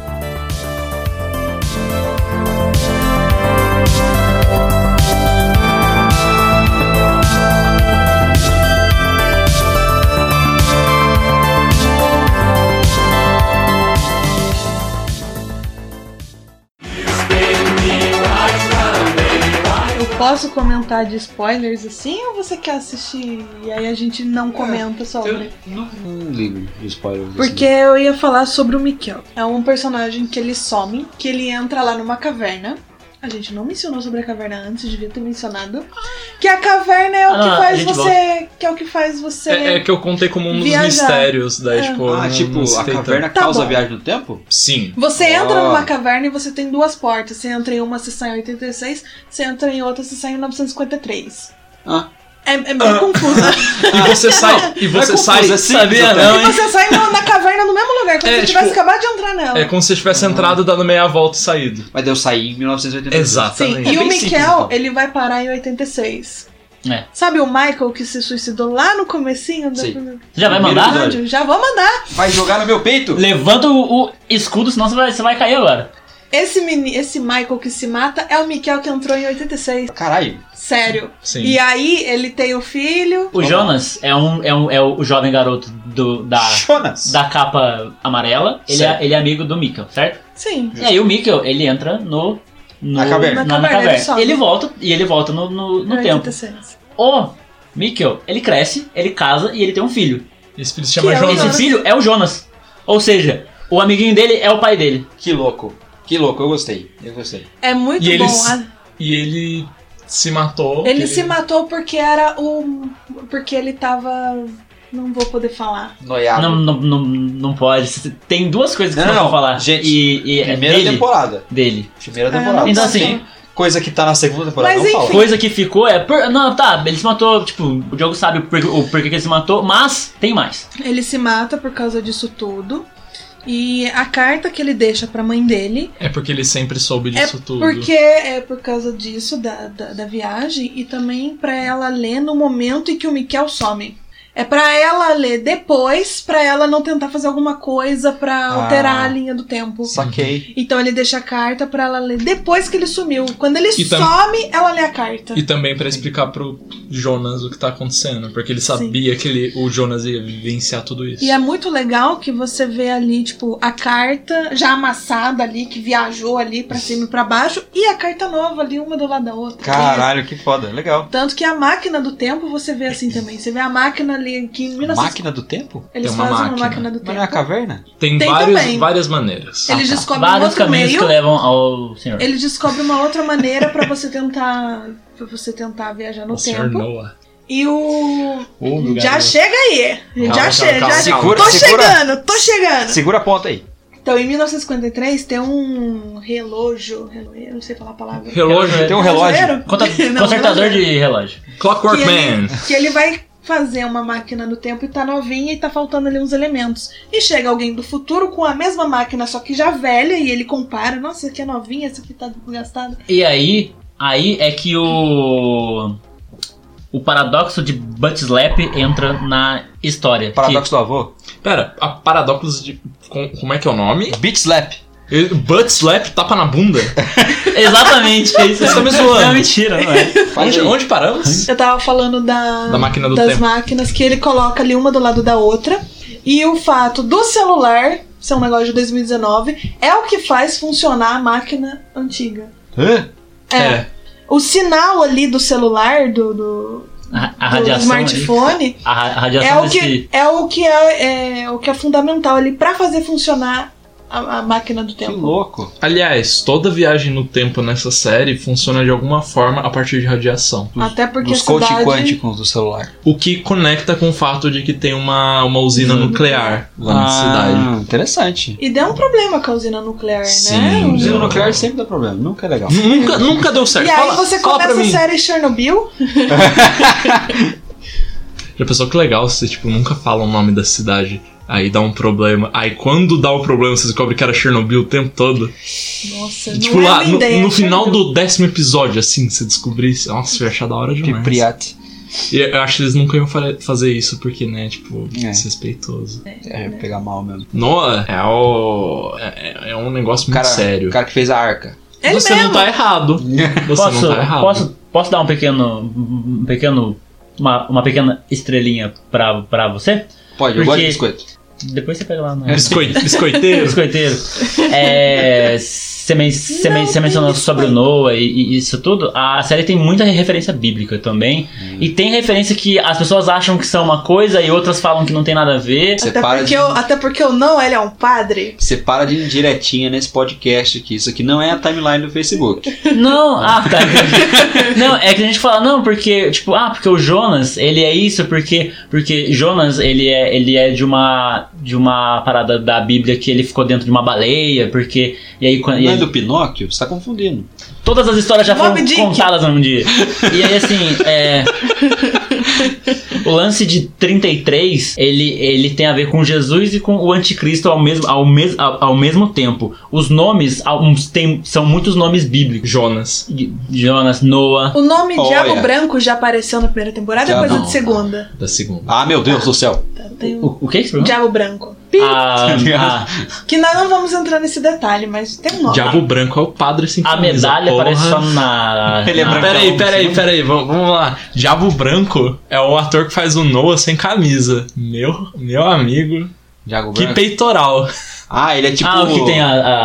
Eu posso comentar de spoilers assim ou você quer assistir e aí a gente não comenta sobre? Eu não ligo de spoilers. Porque eu ia falar sobre o Mikkel. É um personagem que ele some, que ele entra lá numa caverna. A gente não mencionou sobre a caverna antes, devia ter mencionado. Que a caverna é o que faz você. Que é o que faz você. É que eu contei como um Viajar. dos mistérios, daí tipo. eu Ah, não tipo, a citei caverna Tá causa bom. a viagem no tempo? tanto. Sim. Você entra Oh. numa caverna e você tem duas portas. Você entra em uma, você sai em 86. Você entra em outra, você sai em 1953. Ah. É meio confusa. E você sai. E você sai. confuso, é simples Sabia até. não, E hein? você sai na caverna no mesmo lugar, como se você tivesse acabado de entrar nela. É como se você tivesse entrado, dando meia volta e saído. Mas eu saí em 1986. Exato. Sim, Exatamente. e o bem simples, Mikkel, então. ele vai parar em 86. É. Sabe o Michael que se suicidou lá no comecinho do Sim. Já vai Primeiro mandar? episódio. Já vou mandar. Vai jogar no meu peito? Levanta o escudo, senão você vai cair agora. Esse Michael que se mata é o Mikkel que entrou em 86. Caralho. Sério. Sim. E aí ele tem o filho. O Jonas é o jovem garoto da Jonas. capa amarela. Ele Certo. é amigo do Mikkel, certo? Sim. E aí o Mikkel, ele entra Na caverna. Na caverna, ele sobe. E ele volta no tempo. O Mikkel, ele cresce, ele casa e ele tem um filho. Esse filho se chama Que é o Jonas. Esse filho é o Jonas. Ou seja, o amiguinho dele é o pai dele. Que louco, eu gostei. É muito E bom. E ele se matou. Ele se matou porque era o... Porque ele tava... Não vou poder falar. Noiado. Não pode. Tem duas coisas que Não, você não não, pode falar. gente, E Primeira temporada. Dele. Primeira temporada. Então, Sim. assim, Coisa que tá na segunda temporada, Mas, não fala. enfim. coisa que ficou é... Não, tá, ele se matou, tipo, o Diogo sabe o porquê que ele se matou, mas tem mais. Ele se mata por causa disso tudo. E a carta que ele deixa pra mãe dele... É porque ele sempre soube disso tudo. Porque é por causa disso, da viagem. E também pra ela ler no momento em que o Mikkel some. É pra ela ler depois, pra ela não tentar fazer alguma coisa pra alterar a linha do tempo. Saquei. Então ele deixa a carta pra ela ler depois que ele sumiu. Quando ele E some, ela lê a carta. E também pra explicar pro Jonas o que tá acontecendo. Porque ele sabia que o Jonas ia vivenciar tudo isso. E é muito legal que você vê ali, tipo, a carta já amassada ali, que viajou ali pra cima e pra baixo, e a carta nova ali, uma do lado da outra. Caralho, que foda. Legal. Tanto que a máquina do tempo você vê assim também. Você vê a máquina ali que em 1900... Máquina do tempo? Eles Tem uma fazem uma máquina. máquina do Mas tempo. não é a caverna? Tem Tem várias, também. várias maneiras. Eles descobrem um Vários outro caminhos meio. que levam ao Senhor. Ele descobre uma outra maneira pra você tentar viajar no O Sr. tempo. Noah. E o Ô, já garoto. chega aí. Calma, calma. Segura, tô segura. tô chegando. Segura a ponta aí. Então, em 1953 tem um relógio, eu não sei falar a palavra. Relógio. Tem um relógio. Não, Consertador relógio. de relógio. Clockwork que Man. que ele vai fazer uma máquina do tempo e tá novinha e tá faltando ali uns elementos. E chega alguém do futuro com a mesma máquina, só que já velha, e ele compara, nossa, essa aqui é novinha, essa aqui tá desgastada. E aí é que o paradoxo de Butt Slap entra na história. Paradoxo do avô. Pera, a paradoxo de... Como é que é o nome? Beat Slap. Butt slap, tapa na bunda. Exatamente, é isso. Você tá me zoando. Não, mentira, não é. Onde paramos? Eu tava falando Da máquina do das tempo. máquinas que ele coloca ali uma do lado da outra. E o fato do celular ser um negócio de 2019 é o que faz funcionar a máquina antiga. Hã? É. O sinal ali do celular, do A radiação smartphone, a radiação é o que é fundamental ali pra fazer funcionar a máquina do Que tempo. louco. Aliás, toda viagem no tempo nessa série funciona de alguma forma a partir de radiação. Até porque Dos a cidade... coach quânticos do celular. O que conecta com o fato de que tem uma usina nuclear lá na cidade. Interessante. E deu um problema com a usina nuclear, Sim, né? Usina nuclear sempre dá problema, nunca é legal. Nunca deu certo. E aí Fala- você fala pra começa a mim. série Chernobyl. Já pensou que legal você, tipo, nunca fala o nome da cidade. Aí dá um problema. Aí quando dá o problema, você descobre que era Chernobyl o tempo todo. Nossa, E, tipo, não lá é minha ideia. no final Chernobyl. do 10º episódio, assim, você descobrisse. Nossa, eu ia achar da hora demais. Pripyat. E eu acho que eles nunca iam fazer isso, porque, né, tipo, É. desrespeitoso. É, pegar mal mesmo. Noah é um negócio muito sério. O cara que fez a arca. Ele Você mesmo. não tá errado. Você não tá errado. Posso dar uma pequena estrelinha pra você? Pode, eu Porque- gosto de biscoito. Depois você pega lá no... Biscoiteiro. Biscoiteiro. Você mencionou tem sobre o Noah e isso tudo. A série tem muita referência bíblica também. E tem referência que as pessoas acham que são uma coisa e outras falam que não tem nada a ver. Você para de... Até porque eu não, ele é um padre. Você para de ir direitinha nesse podcast aqui. Isso aqui não é a timeline do Facebook. Não, tá. Não, é que a gente fala, não, porque, tipo, porque o Jonas, ele é isso, porque Jonas, ele é de uma parada da Bíblia que ele ficou dentro de uma baleia, porque... E aí, Não é do Pinóquio? Você tá confundindo. todas as histórias já foram Moby Dick. contadas num dia. E aí, assim, o lance de 33, ele tem a ver com Jesus e com o anticristo ao mesmo tempo. Os nomes, são muitos nomes bíblicos. Jonas, Noah. O nome Olha. Diabo Branco já apareceu na primeira temporada ou Já depois não. da segunda? Da segunda. Ah, meu Deus do céu. Tem O que é isso? Diabo Branco. Que nós não vamos entrar nesse detalhe, mas tem um nome. Diabo Branco é o padre sem A camisa. medalha porra. aparece só na... Ele é branco. Peraí, vamos lá. Diabo Branco é o ator que faz o Noah sem camisa. Meu amigo. Diago Que Branco. peitoral. Ah, ele é tipo... o que tem a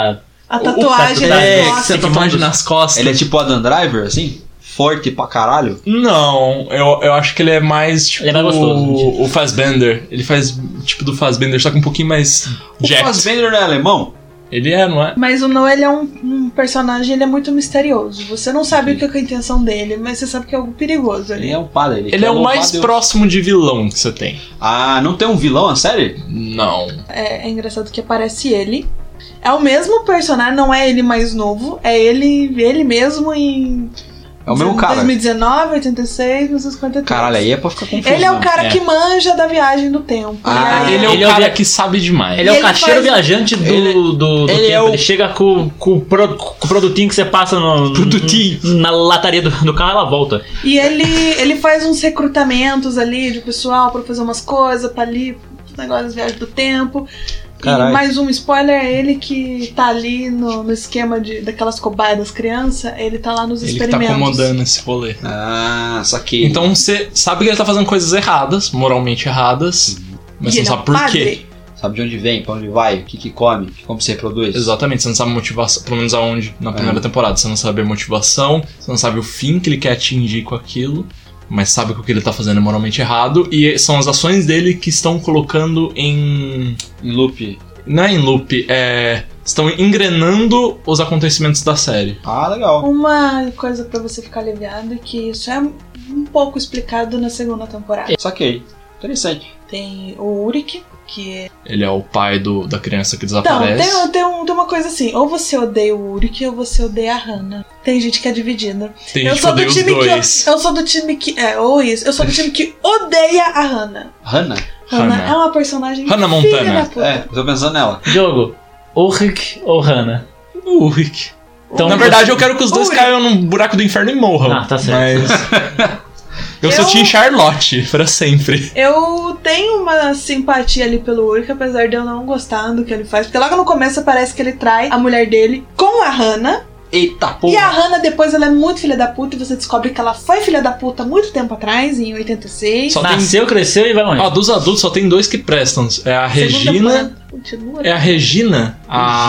A tatuagem tá- nas Essa costas. tatuagem nas costas. Ele é tipo Adam Driver, assim? Forte pra caralho? Não, eu acho que ele é mais tipo Ele é mais gostoso. o Fassbender. Ele faz tipo do Fassbender, só que um pouquinho mais O jacked. Fassbender não é alemão? Ele é, não é? Mas o Noah, ele é um personagem, ele é muito misterioso. Você não sabe o que é a intenção dele, mas você sabe que é algo perigoso ali. Ele é um padre. Ele é o mais próximo. próximo de vilão que você tem. Ah, não tem um vilão, a série? Não. É engraçado que aparece ele. É o mesmo personagem, não é ele mais novo, é ele mesmo em... É o mesmo cara. 2019, 86, 1953. Caralho, aí é pra ficar confuso. Ele é o né? cara que manja da viagem do tempo. Ah, E aí- Ele é o Ele é o cara via- que sabe demais. Ele é E o ele caixeiro faz- viajante do tempo. é o- Ele chega com o produtinho que você passa Produtinho. na lataria do carro, ela volta. E ele faz uns recrutamentos ali de pessoal pra fazer umas coisas, pra ali, negócio das viagens do tempo. Caralho. E mais um spoiler, ele que tá ali no esquema daquelas cobaias das crianças, ele tá lá nos Ele que tá experimentos. acomodando esse rolê. Ah, saquei. Então você sabe que ele tá fazendo coisas erradas, moralmente erradas, mas E você ele não é sabe um por padre. quê. Sabe de onde vem, pra onde vai, o que come, como se reproduz. Exatamente, você não sabe a motivação, pelo menos aonde na primeira temporada. Você não sabe a motivação, você não sabe o fim que ele quer atingir com aquilo, mas sabe que o que ele tá fazendo é moralmente errado, e são as ações dele que estão colocando em... Em loop. Não é em loop, estão engrenando os acontecimentos da série. Ah, legal. Uma coisa pra você ficar aliviado é que isso é um pouco explicado na segunda temporada. Saquei. Interessante. Tem o Uric, que é... Ele é o pai da criança que Então, desaparece. tem uma coisa assim, ou você odeia o Uric ou você odeia a Hannah. Tem gente que é dividida. Tem gente que odeia os dois. Eu sou do time que... ou isso. Eu sou do time que odeia a Hannah. Hannah? Hannah Hannah. é uma personagem Hannah filha Montana. da puta. É, tô pensando nela. Diogo, Ulrich ou Hannah? O Rick. Então, Na verdade, eu quero que os dois Ui. caiam no buraco do inferno e morram. Ah, tá certo. Mas... eu sou Team Charlotte, pra sempre. Eu tenho uma simpatia ali pelo Uric, apesar de eu não gostar do que ele faz. Porque logo no começo parece que ele trai a mulher dele com a Hannah. Eita porra. E a Hannah depois ela é muito filha da puta e você descobre que ela foi filha da puta muito tempo atrás, em 86. Só Nasceu, cresceu e vai morrer. Ó, dos adultos só tem dois que prestam. É a Segunda Regina. temporada continua. É a Regina,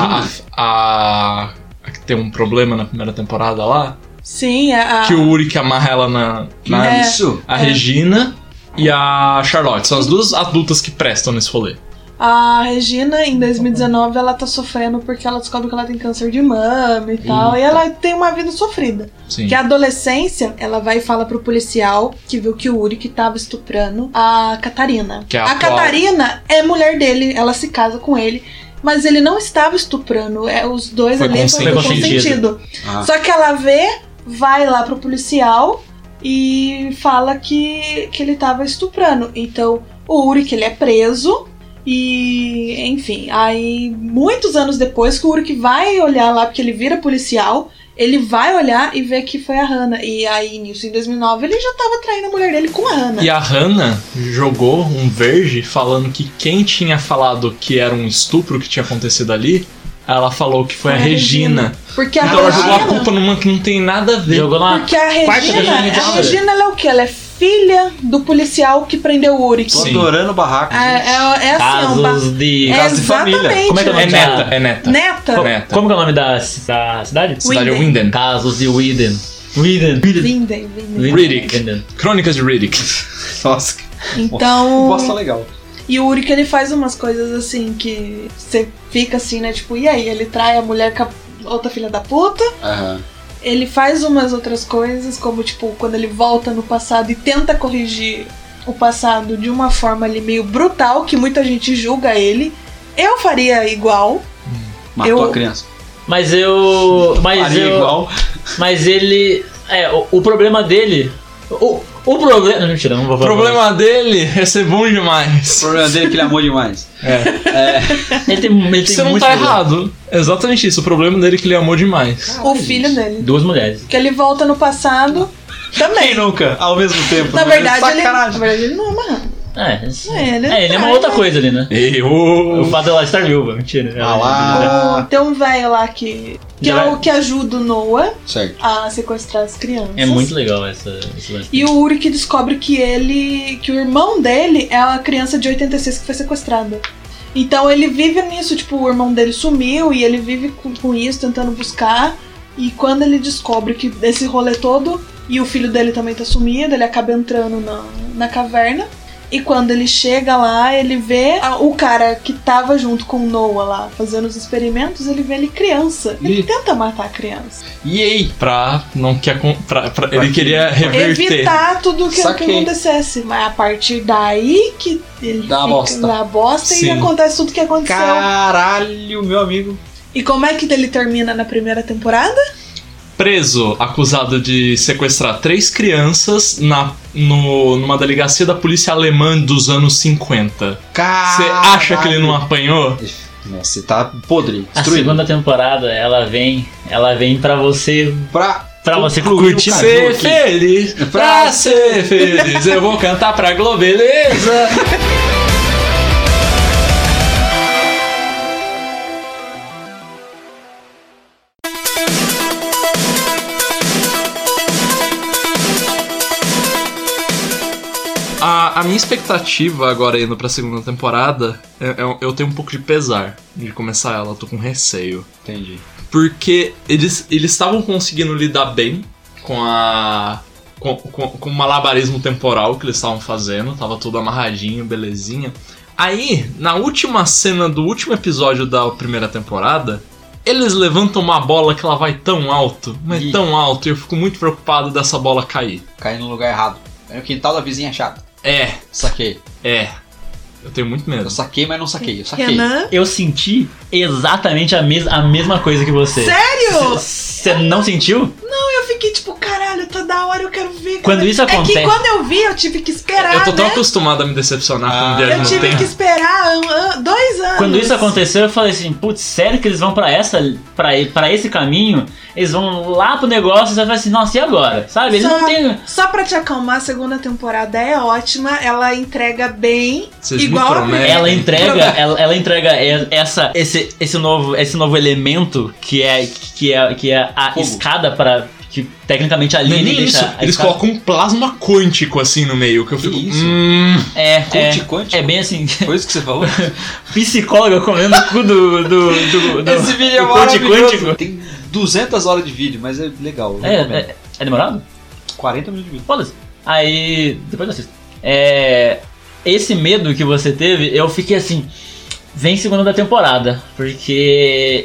a que tem um problema na primeira temporada lá. Sim, a... Que o Uric amarra ela na É. Isso. a Regina e a Charlotte. São as duas adultas que prestam nesse rolê. A Regina, em 2019, ela tá sofrendo porque ela descobre que ela tem câncer de mama e tal. E ela tem uma vida sofrida. Sim. Que a adolescência, ela vai e fala pro policial que viu que o Uric tava estuprando a Catarina. Que é a a atual. Catarina é mulher dele, ela se casa com ele. Mas ele não estava estuprando. Os dois Foi ali foi consentido. consentido. Ah. Só que ela vai lá pro policial e fala que ele tava estuprando. Então, o Uric, ele é preso. E, enfim, aí muitos anos depois que o Uric vai olhar lá, porque ele vira policial, ele vai olhar e vê que foi a Hannah. E aí, nisso, em 2009, ele já tava traindo a mulher dele com a Hannah. E a Hannah jogou um verde falando que quem tinha falado que era um estupro que tinha acontecido ali, ela falou que foi a Regina. Porque a Então ela jogou a Regina... culpa numa que não tem nada a ver. Jogou na Porque a quarta Regina, ela é o quê? Ela é filha do policial que prendeu o Uric. Tô Sim. adorando o barraco. É assim, casos de... é caso de família. exatamente. Como é que é o É nome neta, da... é neta. Neta. Neta. Como que é o nome da cidade? Cidade é Winden. Winden. Casos de Winden. Winden. Linden. Riddick. Winden. Crônicas de Riddick. Nossa, Então... bosta legal. E o Uric, ele faz umas coisas assim que você fica assim, né? Tipo, e aí? Ele trai a mulher com a outra filha da puta. Aham. Ele faz umas outras coisas, como tipo, quando ele volta no passado e tenta corrigir o passado de uma forma ali meio brutal, que muita gente julga ele. Eu faria igual. Matou Eu- a criança. Mas eu... Faria igual. Mas ele... o problema dele... O problema... Não, mentira, não vou O falar. problema dele é ser bom O demais. problema dele é que ele amou demais. Ele tem Você não muito tá problema. errado. É exatamente isso. O problema dele é que ele amou demais. O filho dele. 2 mulheres. Que ele volta no passado também. Quem nunca? Ao mesmo tempo. Na Não é verdade, ele, na sacanagem. verdade, ele não ama a Hannah. Ele é uma outra coisa ali, né? O Eu... fato dela estar viúva, mentira. Ah lá. Tem um velho lá que Já é o vai- que ajuda o Noah Certo. a sequestrar as crianças. É muito legal esse lance. E o Uric descobre que o irmão dele é a criança de 86 que foi sequestrada. Então ele vive nisso, tipo, o irmão dele sumiu e ele vive com isso, tentando buscar. E quando ele descobre que esse rolê todo, e o filho dele também tá sumido, ele acaba entrando na caverna. E quando ele chega lá, ele vê o cara que tava junto com o Noah lá, fazendo os experimentos, ele vê ele criança. Ele tenta matar a criança. E aí? Ele queria reverter. Evitar tudo que acontecesse. Mas a partir daí que ele dá a bosta Sim. e acontece tudo que aconteceu. Caralho, meu amigo. E como é que ele termina na primeira temporada? Preso, acusado de sequestrar 3 crianças numa delegacia da polícia alemã dos anos 50. Você acha que ele não apanhou? Nossa, você tá podre, A destruído. segunda temporada, ela vem pra você... Pra você curtir. Ser feliz, pra ser feliz, eu vou cantar pra Globeleza. A minha expectativa agora indo pra segunda temporada, eu tenho um pouco de pesar de começar ela, eu tô com receio. Entendi. Porque eles estavam conseguindo lidar bem com o malabarismo temporal que eles estavam fazendo, tava tudo amarradinho, belezinha. Aí, na última cena do último episódio da primeira temporada, eles levantam uma bola que ela vai tão alto, mas tão alto, e eu fico muito preocupado dessa bola cair. Cair no lugar errado. É no quintal da vizinha chata. Saquei. Eu tenho muito medo. Eu saquei, mas não saquei. Eu saquei. Renan? Eu senti exatamente a mesma coisa que você. Sério? Você não sentiu? Não, eu fiquei tipo, caralho, tá da hora, eu quero ver. Quando isso acontece... É que quando eu vi, eu tive que esperar, Eu tô tão né? acostumado a me decepcionar com Viagem Eu no tive Tempo. que esperar 2 anos. Quando isso aconteceu, eu falei assim, putz, sério que eles vão pra esse caminho? Eles vão lá pro negócio e você vai assim, nossa, e agora? Sabe? Eles não tem... Só pra te acalmar, a segunda temporada é ótima, ela entrega bem, Vocês me igual a prometem. primeira. Ela entrega esse novo elemento que é a Fogo. escada para que tecnicamente a Não é linha nem deixa isso, a eles escada... colocam um plasma quântico assim no meio, que eu fico... isso? Quântico? É bem assim, Foi isso que você falou? psicóloga comendo o cu do Esse vídeo é do coach maravilhoso. quântico. Tem 200 horas de vídeo, mas é legal. eu recomendo. É demorado? 40 minutos de vídeo. Foda-se. Aí, depois eu assisto. Esse medo que você teve, eu fiquei assim, vem segunda da temporada, porque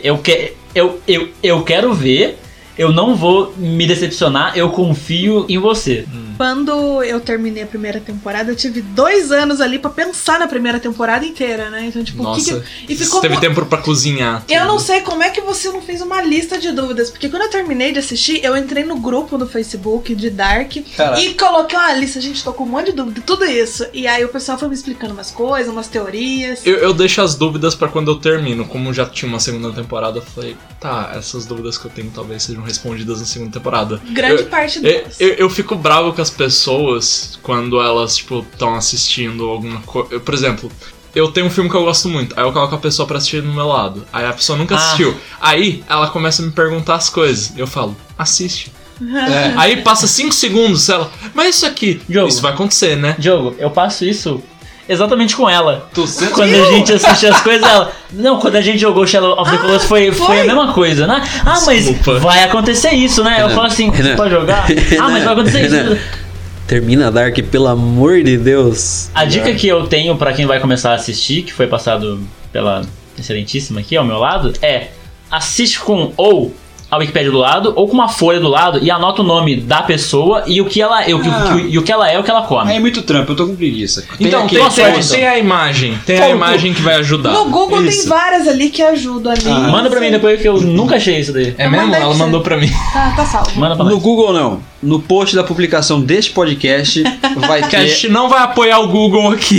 eu quero ver, eu não vou me decepcionar, eu confio em você. Quando eu terminei a primeira temporada, eu tive 2 anos ali pra pensar na primeira temporada inteira, né? Então, tipo, Nossa, e ficou teve tempo pra cozinhar. Eu tudo. não sei como é que você não fez uma lista de dúvidas, porque quando eu terminei de assistir, eu entrei no grupo do Facebook de Dark Caraca. e coloquei uma lista, gente, tô com um monte de dúvida, tudo isso. E aí o pessoal foi me explicando umas coisas, umas teorias. Eu deixo as dúvidas pra quando eu termino. Como já tinha uma segunda temporada, eu falei, tá, essas dúvidas que eu tenho talvez sejam respondidas na segunda temporada. Grande parte delas. Eu fico bravo com as pessoas quando elas, tipo, estão assistindo alguma coisa. Por exemplo, eu tenho um filme que eu gosto muito, aí eu coloco a pessoa pra assistir do meu lado. Aí a pessoa nunca assistiu. Aí ela começa a me perguntar as coisas. Eu falo, assiste. Aí passa 5 segundos, ela, mas isso aqui, Diogo. isso vai acontecer, né? Diogo, eu passo isso exatamente com ela. 200 Quando a gente assiste as coisas, ela... Não, quando a gente jogou Shadow of the Colossus foi a mesma coisa, né? Ah, mas Desculpa. vai acontecer isso, né? Eu falo assim, você pode jogar? Ah, mas vai acontecer isso. Termina Dark, pelo amor de Deus. A dica que eu tenho pra quem vai começar a assistir, que foi passado pela excelentíssima aqui ao meu lado, é assiste com ou a Wikipédia do lado, ou com uma folha do lado e anota o nome da pessoa e o que ela é, o que ela é, o que ela come. Aí é muito trampo, eu tô com preguiça. Então, aqui- tem a imagem. Tem a imagem que vai ajudar. No Google tem Isso. várias ali que ajudam ali. Manda pra mim depois que eu nunca achei isso daí. É Eu mesmo? mandei Ela pra você. mandou pra mim. Tá salvo. Manda pra No nós. Google não. No post da publicação deste podcast vai Que a ter... gente não vai apoiar o Google aqui.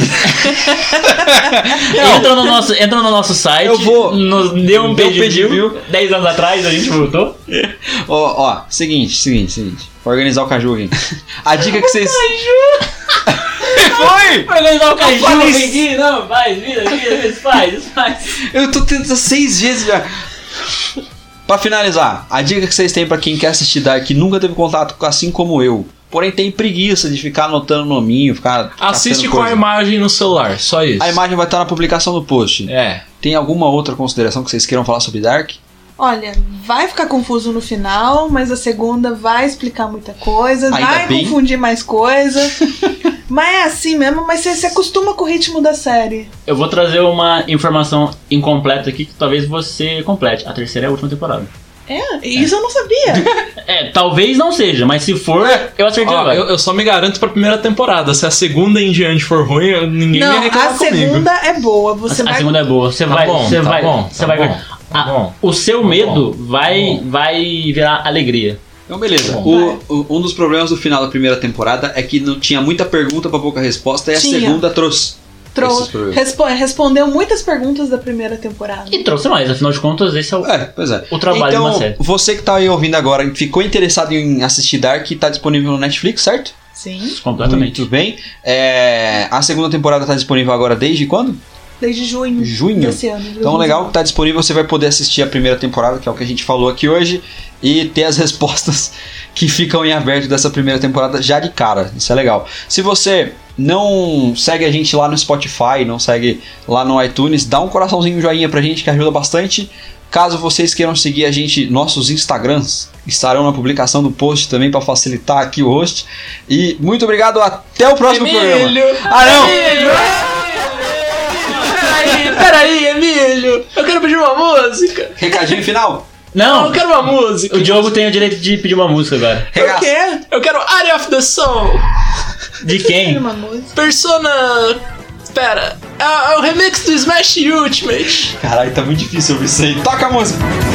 Entra no nosso site. Eu vou- Nos deu um Deu um page page view. view. 10 anos atrás a gente voltou. Ó, seguinte. Organizar o caju aqui. A dica que vocês... Foi! Vai organizar o caju falei aqui. Não, faz. Eu tô tentando 6 vezes já. Pra finalizar, a dica que vocês têm pra quem quer assistir Dark e nunca teve contato, assim como eu, porém tem preguiça de ficar anotando o nominho, ficar... Assiste com a imagem no celular, só isso. A imagem vai estar na publicação do post. Tem alguma outra consideração que vocês queiram falar sobre Dark? Olha, vai ficar confuso no final, mas a segunda vai explicar muita coisa, Ainda vai bem. confundir mais coisa. Mas é assim mesmo, mas você se acostuma com o ritmo da série. Eu vou trazer uma informação incompleta aqui que talvez você complete. A terceira é a última temporada. Isso eu não sabia. Talvez não seja, mas se for, eu acertei agora. Eu só me garanto pra primeira temporada. Se a segunda em diante for ruim, ninguém Não, vai reclamar a comigo. segunda é boa. Você A vai... segunda é boa. Você vai ver. O seu medo vai virar alegria. Então, beleza. Um dos problemas do final da primeira temporada é que não tinha muita pergunta pra pouca resposta, e a segunda trouxe. Respondeu muitas perguntas da primeira temporada. E trouxe mais, afinal de contas, esse é o trabalho de uma série. Então, você que tá aí ouvindo agora, ficou interessado em assistir Dark, tá disponível no Netflix, certo? Sim. Completamente. Muito bem. A segunda temporada tá disponível agora desde quando? Desde junho. Desse ano. Então, legal que tá disponível, você vai poder assistir a primeira temporada, que é o que a gente falou aqui hoje, e ter as respostas que ficam em aberto dessa primeira temporada já de cara. Isso é legal. Se você não segue a gente lá no Spotify, não segue lá no iTunes, dá um coraçãozinho, um joinha pra gente, que ajuda bastante. Caso vocês queiram seguir a gente, nossos Instagrams estarão na publicação do post também para facilitar aqui o host. E muito obrigado, até o próximo programa. Peraí, Emílio! Eu quero pedir uma música! Recadinho final? Não, eu quero uma música! O Diogo tem o direito de pedir uma música agora. Por quê? Eu quero Area of the Soul! De quem? Persona... Pera, é o remix do Smash Ultimate! Caralho, tá muito difícil ouvir isso aí. Toca a música!